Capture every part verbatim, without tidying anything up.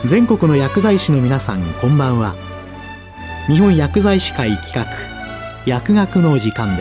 全国の薬剤師の皆さん、こんばんは。日本薬剤師会企画、薬学の時間です。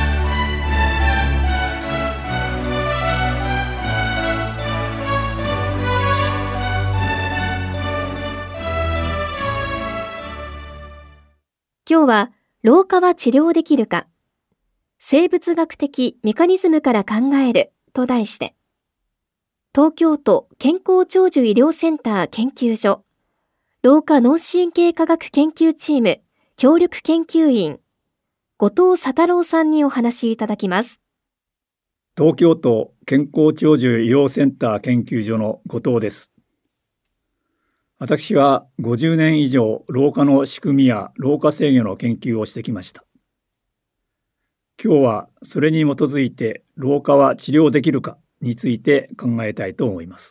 今日は老化は治療できるか、生物学的メカニズムから考えると題して、東京都健康長寿医療センター研究所老化脳神経科学研究チーム協力研究員後藤佐太郎さんにお話しいただきます。 東京都健康長寿医療センター研究所の後藤です。私はごじゅうねん以上老化の仕組みや老化制御の研究をしてきました。今日はそれに基づいて老化は治療できるかについて考えたいと思います。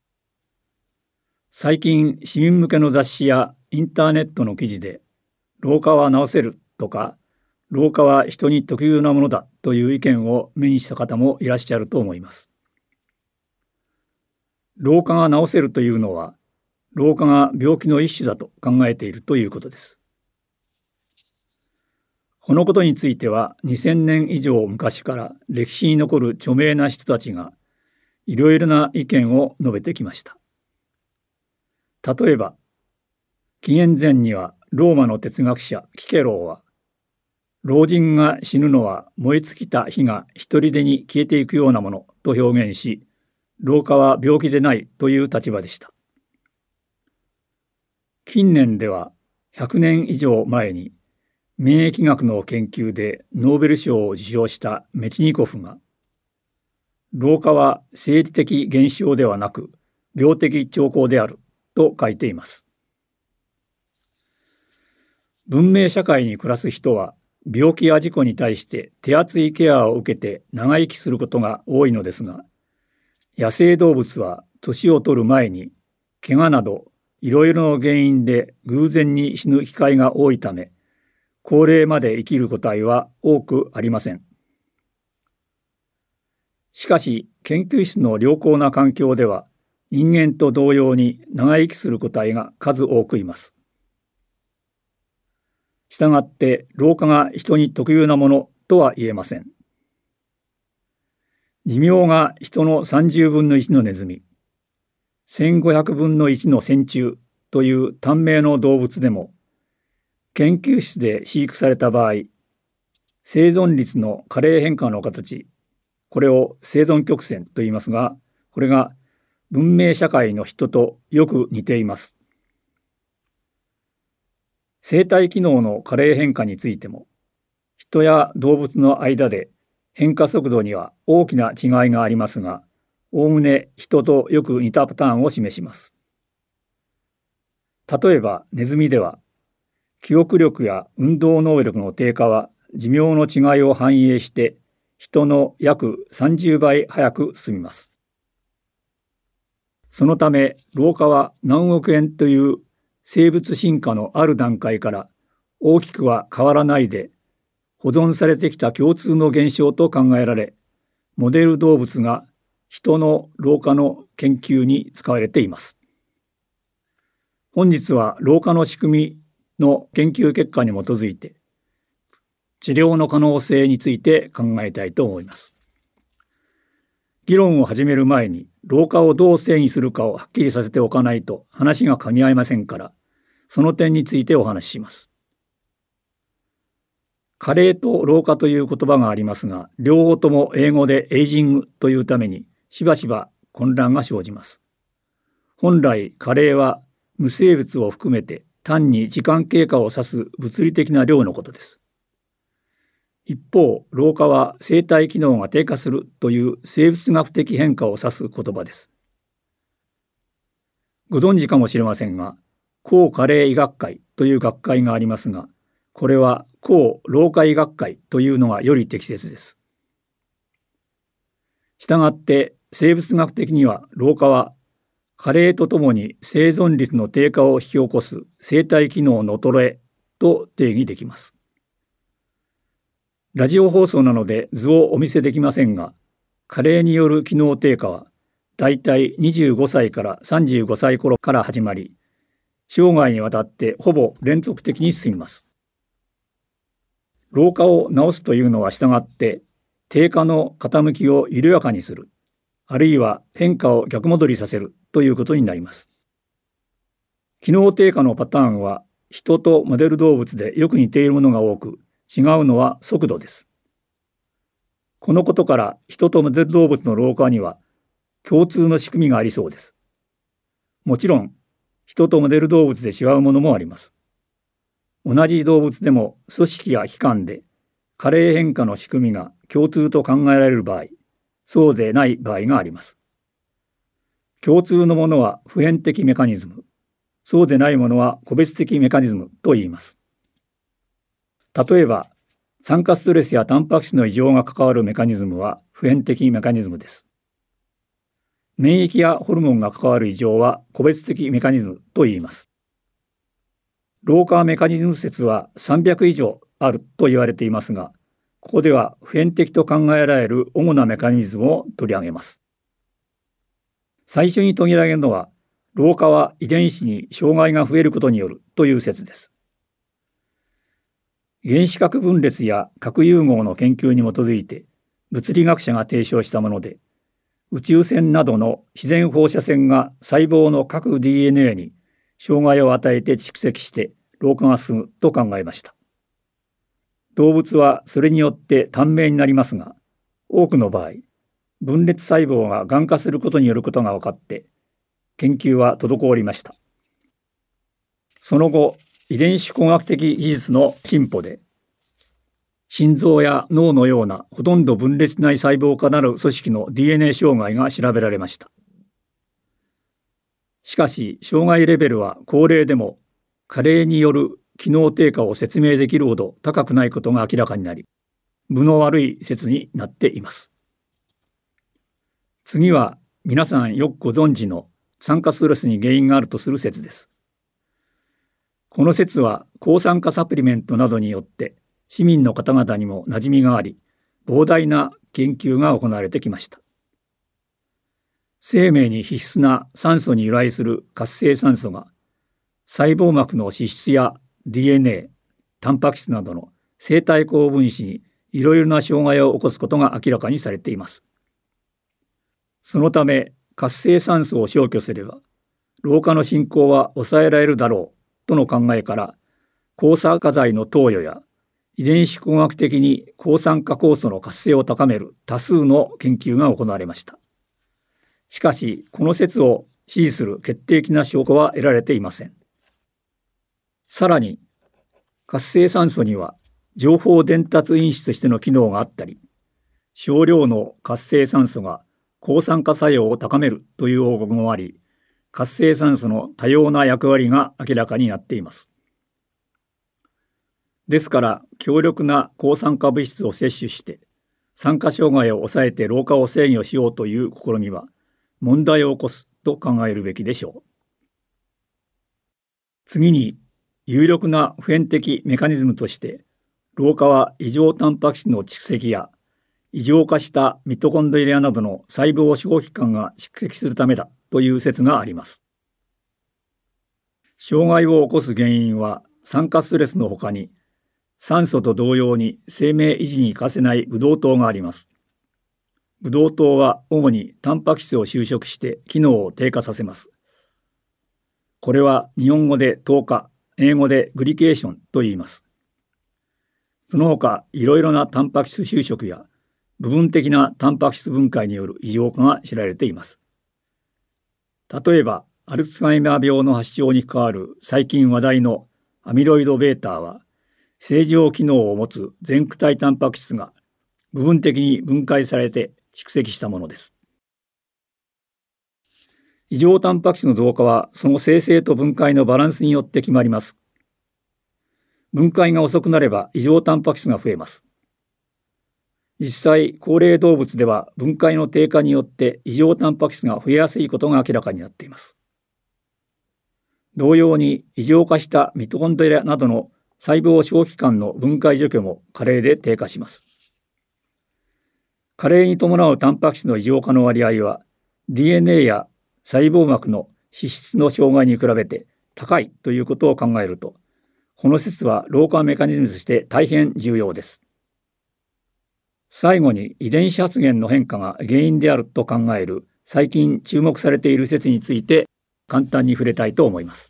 最近市民向けの雑誌やインターネットの記事で老化は治せるとか老化は人に特有なものだという意見を目にした方もいらっしゃると思います。老化が治せるというのは老化が病気の一種だと考えているということです。このことについてはにせんねん以上昔から歴史に残る著名な人たちがいろいろな意見を述べてきました。例えば、紀元前にはローマの哲学者キケローは、老人が死ぬのは燃え尽きた火が一人でに消えていくようなものと表現し、老化は病気でないという立場でした。近年ではひゃくねん以上前に免疫学の研究でノーベル賞を受賞したメチニコフが、老化は生理的現象ではなく病的兆候であると書いています。文明社会に暮らす人は病気や事故に対して手厚いケアを受けて長生きすることが多いのですが、野生動物は年を取る前に怪我などいろいろな原因で偶然に死ぬ機会が多いため、高齢まで生きる個体は多くありません。しかし、研究室の良好な環境では、人間と同様に長生きする個体が数多くいます。したがって、老化が人に特有なものとは言えません。寿命が人のさんじゅうぶんのいちのネズミ、せんごひゃくぶんのいちの線虫という短命の動物でも、研究室で飼育された場合、生存率の加齢変化の形、これを生存曲線と言いますが、これが文明社会の人とよく似ています。生体機能の加齢変化についても、人や動物の間で変化速度には大きな違いがありますが、おおむね人とよく似たパターンを示します。例えばネズミでは、記憶力や運動能力の低下は寿命の違いを反映して人の約さんじゅうばい早く進みます。そのため老化は何億円という生物進化のある段階から大きくは変わらないで保存されてきた共通の現象と考えられ、モデル動物が人の老化の研究に使われています。本日は老化の仕組みの研究結果に基づいて治療の可能性について考えたいと思います。議論を始める前に老化をどう定義するかをはっきりさせておかないと話が噛み合いませんから、その点についてお話しします。加齢と老化という言葉がありますが、両方とも英語でエイジングというためにしばしば混乱が生じます。本来加齢は無生物を含めて単に時間経過を指す物理的な量のことです。一方、老化は生体機能が低下するという生物学的変化を指す言葉です。ご存知かもしれませんが、高加齢医学会という学会がありますが、これは高老化医学会というのがより適切です。したがって生物学的には老化は加齢とともに生存率の低下を引き起こす生体機能の衰えと定義できます。ラジオ放送なので図をお見せできませんが、加齢による機能低下はだいたいにじゅうごさいからさんじゅうごさい頃から始まり、生涯にわたってほぼ連続的に進みます。老化を治すというのは従って、低下の傾きを緩やかにする、あるいは変化を逆戻りさせるということになります。機能低下のパターンは、人とモデル動物でよく似ているものが多く、違うのは速度です。このことから人とモデル動物の老化には共通の仕組みがありそうです。もちろん、人とモデル動物で違うものもあります。同じ動物でも組織や器官で加齢変化の仕組みが共通と考えられる場合、そうでない場合があります。共通のものは普遍的メカニズム、そうでないものは個別的メカニズムと言います。例えば、酸化ストレスやタンパク質の異常が関わるメカニズムは普遍的メカニズムです。免疫やホルモンが関わる異常は個別的メカニズムと言います。老化メカニズム説はさんびゃく以上あると言われていますが、ここでは普遍的と考えられる主なメカニズムを取り上げます。最初に取り上げるのは、老化は遺伝子に障害が増えることによるという説です。原子核分裂や核融合の研究に基づいて物理学者が提唱したもので、宇宙線などの自然放射線が細胞の各 ディーエヌエー に障害を与えて蓄積して老化が進むと考えました。動物はそれによって短命になりますが、多くの場合、分裂細胞ががん化することによることが分かって、研究は滞りました。その後、遺伝子工学的技術の進歩で、心臓や脳のようなほとんど分裂しない細胞からなる組織の ディーエヌエー 障害が調べられました。しかし、障害レベルは高齢でも加齢による機能低下を説明できるほど高くないことが明らかになり、分の悪い説になっています。次は皆さんよくご存知の酸化ストレスに原因があるとする説です。この説は抗酸化サプリメントなどによって市民の方々にも馴染みがあり、膨大な研究が行われてきました。生命に必須な酸素に由来する活性酸素が細胞膜の脂質や ディーエヌエー、タンパク質などの生体高分子にいろいろな障害を起こすことが明らかにされています。そのため活性酸素を消去すれば老化の進行は抑えられるだろうとの考えから、抗酸化剤の投与や遺伝子工学的に抗酸化酵素の活性を高める多数の研究が行われました。しかし、この説を支持する決定的な証拠は得られていません。さらに、活性酸素には情報伝達因子としての機能があったり、少量の活性酸素が抗酸化作用を高めるという報告もあり、活性酸素の多様な役割が明らかになっています。ですから、強力な抗酸化物質を摂取して、酸化障害を抑えて老化を制御しようという試みは、問題を起こすと考えるべきでしょう。次に、有力な普遍的メカニズムとして、老化は異常タンパク質の蓄積や、異常化したミトコンドリアなどの細胞小器官が蓄積するためだという説があります。障害を起こす原因は酸化ストレスのほかに、酸素と同様に生命維持に欠かせないブドウ糖があります。ブドウ糖は主にタンパク質を修飾して機能を低下させます。これは日本語で糖化、英語でグリケーションと言います。その他、いろいろなタンパク質修飾や部分的なタンパク質分解による異常化が知られています。例えば、アルツハイマー病の発症に関わる最近話題のアミロイド β は、正常機能を持つ前駆体タンパク質が部分的に分解されて蓄積したものです。異常タンパク質の増加はその生成と分解のバランスによって決まります。分解が遅くなれば異常タンパク質が増えます。実際、高齢動物では分解の低下によって異常タンパク質が増えやすいことが明らかになっています。同様に異常化したミトコンドリアなどの細胞小器官の分解除去も加齢で低下します。加齢に伴うタンパク質の異常化の割合はディーエヌエー や細胞膜の脂質の障害に比べて高いということを考えると、この説は老化メカニズムとして大変重要です。最後に遺伝子発現の変化が原因であると考える最近注目されている説について簡単に触れたいと思います。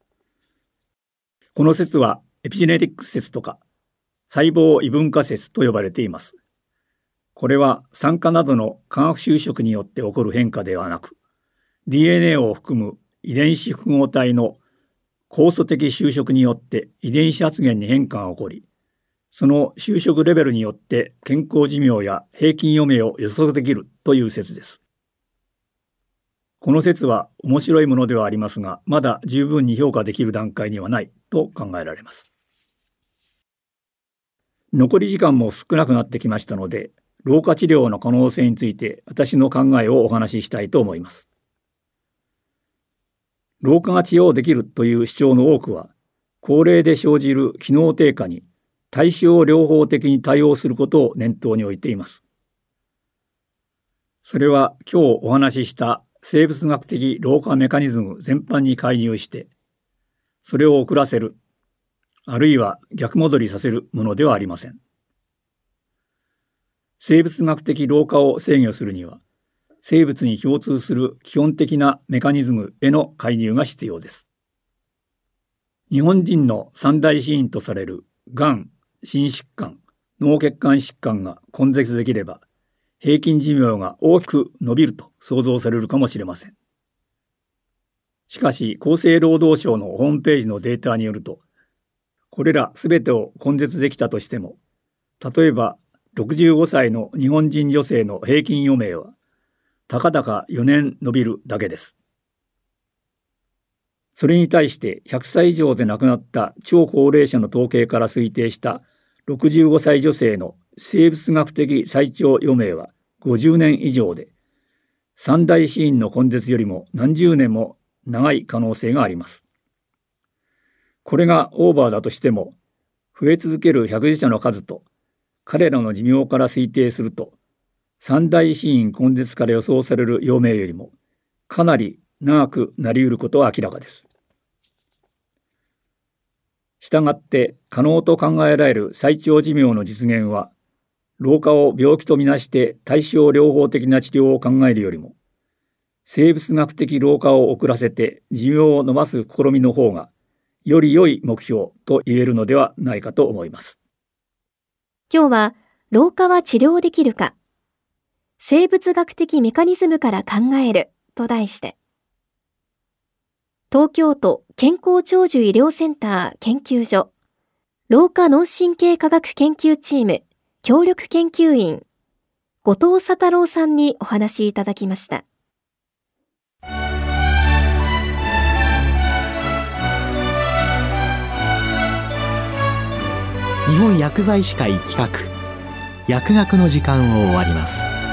この説はエピジェネティックス説とか細胞異分化説と呼ばれています。これは酸化などの化学修飾によって起こる変化ではなく、ディーエヌエー を含む遺伝子複合体の酵素的修飾によって遺伝子発現に変化が起こり、その修飾レベルによって健康寿命や平均余命を予測できるという説です。この説は面白いものではありますが、まだ十分に評価できる段階にはないと考えられます。残り時間も少なくなってきましたので、老化治療の可能性について私の考えをお話ししたいと思います。老化が治療できるという主張の多くは、高齢で生じる機能低下に対症療法的に対応することを念頭に置いています。それは今日お話しした生物学的老化メカニズム全般に介入して、それを遅らせる、あるいは逆戻りさせるものではありません。生物学的老化を制御するには、生物に共通する基本的なメカニズムへの介入が必要です。日本人の三大死因とされるがん、心疾患、脳血管疾患が根絶できれば、平均寿命が大きく伸びると想像されるかもしれません。しかし、厚生労働省のホームページのデータによると、これらすべてを根絶できたとしても、例えばろくじゅうごさいの日本人女性の平均余命は、たかだかよねん伸びるだけです。それに対してひゃくさい以上で亡くなった超高齢者の統計から推定したろくじゅうごさい女性の生物学的最長余命はごじゅうねん以上で、三大死因の根絶よりも何十年も長い可能性があります。これがオーバーだとしても、増え続ける百寿者の数と彼らの寿命から推定すると、三大死因根絶から予想される余命よりもかなり長くなり得ることは明らかです。したがって可能と考えられる最長寿命の実現は、老化を病気とみなして対症療法的な治療を考えるよりも、生物学的老化を遅らせて寿命を伸ばす試みの方がより良い目標と言えるのではないかと思います。 今日は老化は治療できるか、生物学的メカニズムから考えると題して、東京都健康長寿医療センター研究所老化脳神経科学研究チーム協力研究員後藤佐太郎さんにお話いただきました。 日本薬剤師会企画薬学の時間を終わります。